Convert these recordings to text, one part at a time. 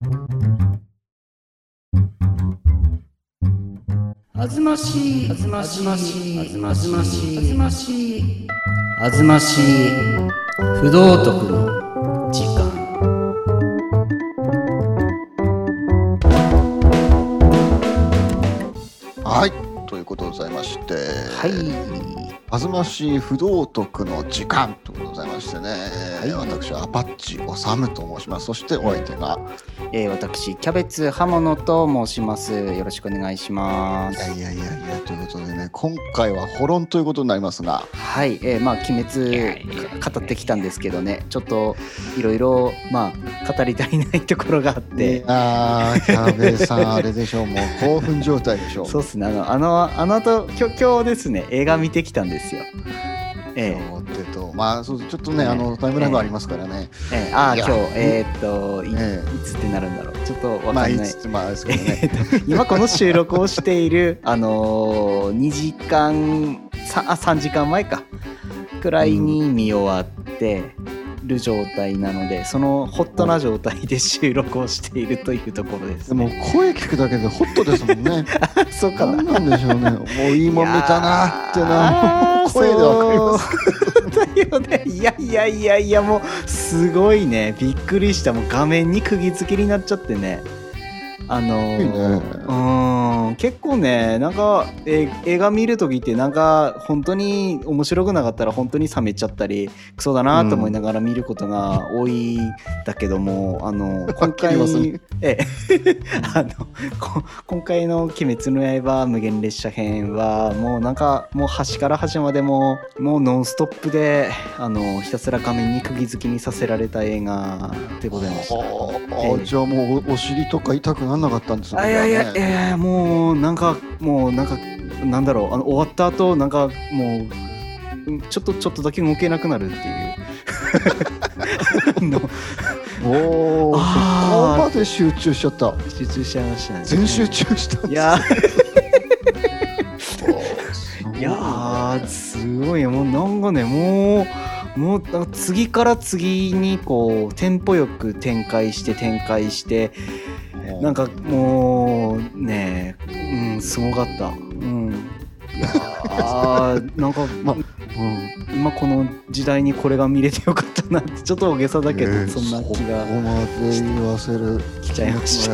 あずましい、あずましい、あずましい、あずましい、あずましい、不道徳の時間。 はい、ということでございまして、 はい、 あずましい不道徳の時間ということでございましてね、 はい私はアパッチおさむと申します。そしてお相手が、 私キャベツ刃物と申します。よろしくお願いします。 いやということでね、今回はホロンということになりますが、 はい、まあ鬼滅語ってきたんですけどね、ちょっといろいろまあ語り足りないところがあっいて、 やーキャベさんあれでしょう、もう興奮状態でしょう。 そうっすね、あの後今日ですね、映画見てきたんですよ。 まあそうちょっとね、タイムラグありますからね。 今日いやいつってなるんだろう、ちょっとわかんない。 まあいつってまあですけどね。 今この収録をしている2時間3時間前かくらいに見終わってる状態なので、そのホットな状態で収録をしているというところです。 でも声聞くだけでホットですもんね。 そうかな。 なんでしょうね。もういいもん見たなっていうのはもう声でわかります。 だよね。いやもうすごいね、びっくりした。もう画面に釘付けになっちゃってね。 いいね。 結構ね、なんか映画見るときってなんか本当に面白くなかったら本当に冷めちゃったりクソだなと思いながら見ることが多いだけども、今回今回の「鬼滅の刃無限列車編」はもうなんかもう端から端までもうノンストップでひたすら画面に釘付けにさせられた映画でございました。 じゃあもうお尻とか痛くならなかったんですね。 いやもうなんかなんだろう、終わった後なんかもうちょっとだけ動けなくなるっていうのおお、そこまで集中しちゃった。 集中しちゃいましたね。 全集中したんです。 いやすごいよ。もうなんかね、もうなんか次から次にこうテンポよく展開してなんかもうね、すごかった。いやなんか、今この時代にこれが見れてよかったなって、ちょっと大げさだけど、そんな気がそこまで言わせる来ちゃいました。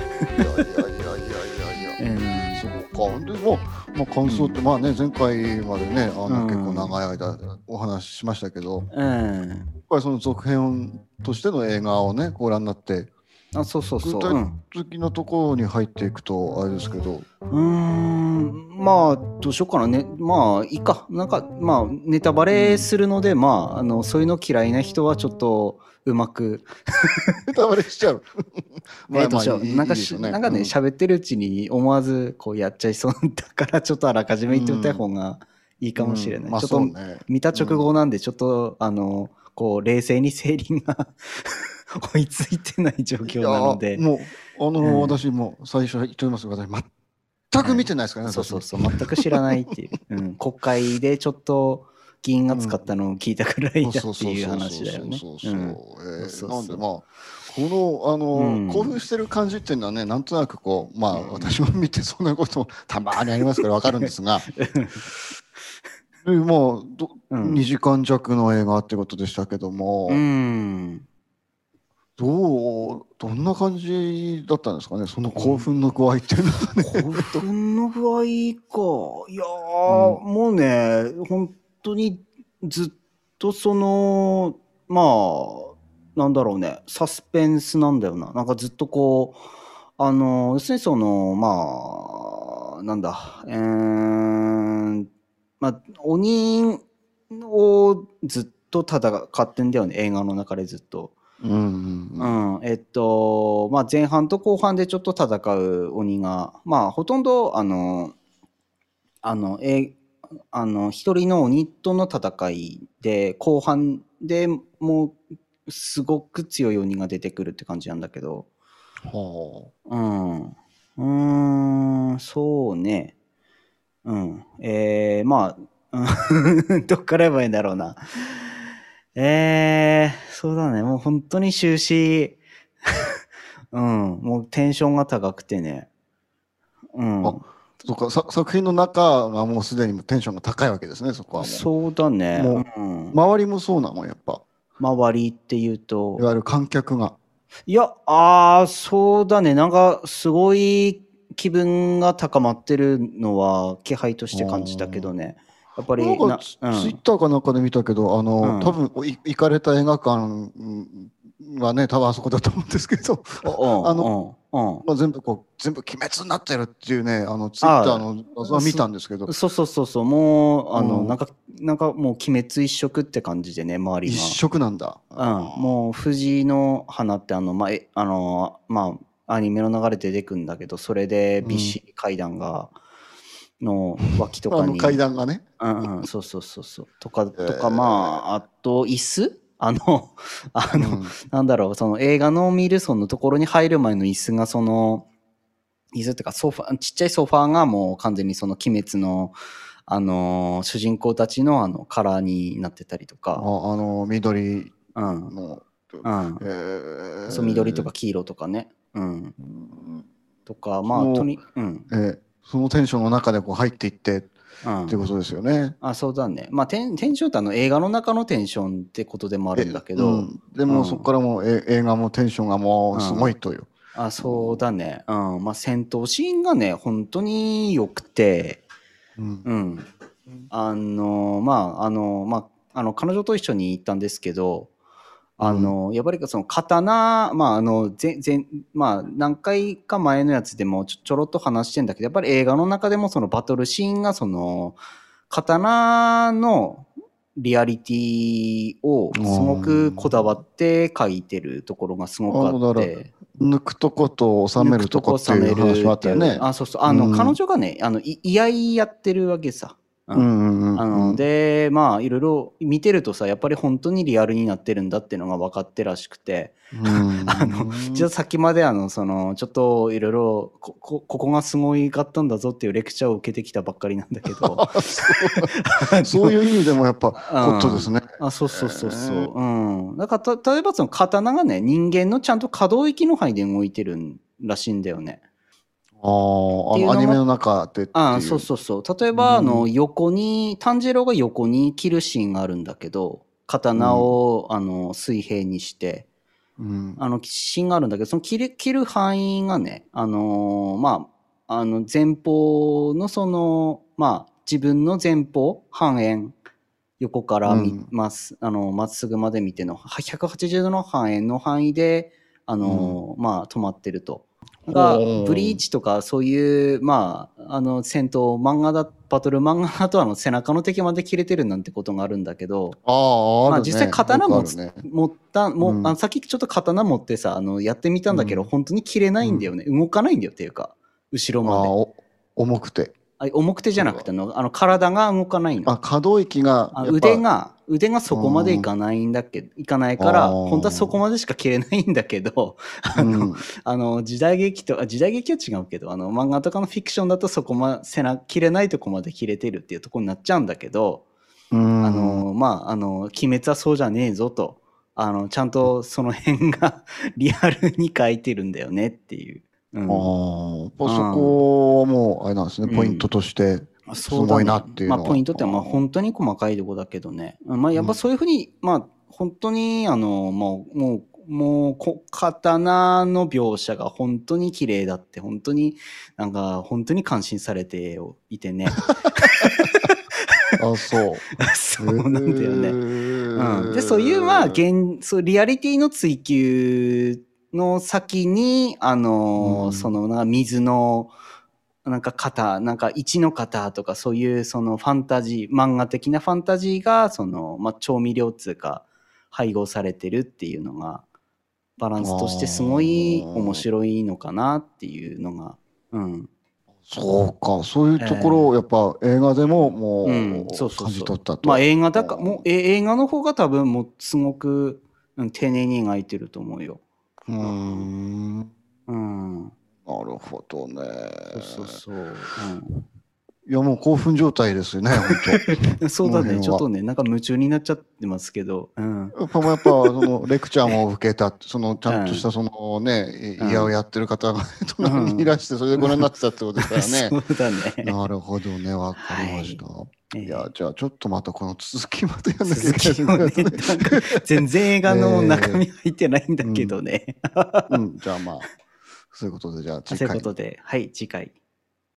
そうか。でもまあ感想ってまあね、前回までね結構長い間お話ししましたけど、やっぱりその続編としての映画をねご覧になって。 そう、 具体的なところに入っていくとあれですけど、 まあどうしようかなね。まあいいか、なんかまあネタバレするので、まあそういうの嫌いな人はちょっとうまくネタバレしちゃう。 なんかね、喋ってるうちに思わずこうやっちゃいそうだからちょっとあらかじめ言っておいた方がいいかもしれない。ちょっと見た直後なんでちょっとこう冷静に整理が追いついてない状況なので、 もう私も最初言っておりますが、私全く見てないですからね。 そう全く知らないっていう、国会でちょっと議員が使ったのを聞いたくらいだっていう話だよね。 なんでまあこの興奮してる感じっていうのはね、なんとなくこうまあ私も見てそんなこともたまにありますから分かるんですがまあ2時間弱の映画ってことでしたけども、どんな感じだったんですかね、その興奮の具合っていうのはね。 興奮の具合か。いやもうね、本当にずっとそのまあなんだろうね、サスペンスなんだよな。なんかずっとこう要するにそのまあなんだまあ鬼をずっと戦ってんだよね、映画の中でずっと。まあ前半と後半でちょっと戦う鬼がまあほとんど一人の鬼との戦いで、後半でもうすごく強い鬼が出てくるって感じなんだけど、そうね、まあどっから言えばいいんだろうな。そうだね、もう本当に終始もうテンションが高くてね。 あ、そうか、作品の中がもうすでにテンションが高いわけですね、そこはもう。 そうだね。 もう、周りもそうなの、やっぱ。 周りっていうと。 いわゆる観客が。 いや、そうだね。なんか、すごい気分が高まってるのは気配として感じたけどね。やっぱりなんかツイッターかなんかで見たけど、多分行かれた映画館はね、多分あそこだと思うんですけど、全部全部鬼滅になってるっていうね、ツイッターの画像は見たんですけど。 そう、もう、なんかもう鬼滅一色って感じでね、周りが。 一色なんだ。 もう藤の花ってアニメの流れで出てくんだけど、それでびっしり階段の脇とかに階段がね、 そうとかあと椅子なんだろう、その映画の見るそのところに入る前の椅子が椅子っていうかちっちゃいソファーがもう完全にその鬼滅の主人公たちのカラーになってたりとか、 緑の、 そう緑とか黄色とかね、とかそのテンションの中で入っていってっていうことですよね。 そうだね。まあテンションって映画の中のテンションってことでもあるんだけど、 でもそこからも映画もテンションがもうすごいという。 そうだね。まあ戦闘シーンがね本当に良くて、彼女と一緒に行ったんですけど、やっぱりその刀、何回か前のやつでもちょろっと話してんだけど、やっぱり映画の中でもそのバトルシーンがその刀のリアリティをすごくこだわって描いてるところがすごくあって、 抜くとこと収めるとこっていう話もあったよね。 彼女がねいやいやってるわけさ。でまあいろいろ見てるとさ、やっぱり本当にリアルになってるんだっていうのが分かってらしくて、実はさっきまでそのちょっといろいろここがすごいかったんだぞっていうレクチャーを受けてきたばっかりなんだけどそういう意味でもやっぱホットですね。 そうだから例えばその刀がね人間のちゃんと可動域の範囲で動いてるらしいんだよね。 アニメの中でっていう。 そう例えば横に炭治郎が横に切るシーンがあるんだけど、刀を水平にして、シーンがあるんだけど、その切る範囲がね前方のその自分の前方半円横からまっすぐまで見ての180度の半円の範囲で止まってると。がブリーチとかそういう戦闘バトル漫画だと背中の敵まで切れてるなんてことがあるんだけど、実際刀持ったさっきちょっと刀持ってさやってみたんだけど、本当に切れないんだよね、動かないんだよっていうか後ろまで重くてじゃなくて体が動かないの。 可動域が腕がそこまでいかないから本当はそこまでしか切れないんだけど、時代劇は違うけど漫画とかのフィクションだとそこ切れないとこまで切れてるっていうところになっちゃうんだけど、鬼滅はそうじゃねえぞと、ちゃんとその辺がリアルに書いてるんだよねっていう。 そこはもうあれなんですね、ポイントとしてすごいなっていうのは。 ポイントって本当に細かいとこだけどね、やっぱそういうふうに本当にもう刀の描写が本当に綺麗だって、本当に本当に感心されていてねそうなんだよね。でそういうそうリアリティの追求の先にその水の型一の型とかそういうそのファンタジー漫画的なファンタジーが調味料っていうか配合されてるっていうのがバランスとしてすごい面白いのかなっていうのが。 そうか、そういうところをやっぱ映画でももう感じ取ったと。 映画の方が多分もうすごく丁寧に描いてると思うよ。 なるほどね。 いやもう興奮状態ですよね、本当。 そうだね、ちょっとね、なんか夢中になっちゃってますけど。うん。 やっぱそのレクチャーも受けた、そのちゃんとしたそのね、イヤをやってる方が隣にいらして、それでご覧になってたってことですからね。 そうだね。 なるほどね、わかりました。いや、じゃあちょっとまたこの続きまたやんなきゃいけないですね。 全然映画の中身入ってないんだけどね。 うん、じゃあまあ、そういうことで、じゃあ次回。 そういうことで、はい、次回。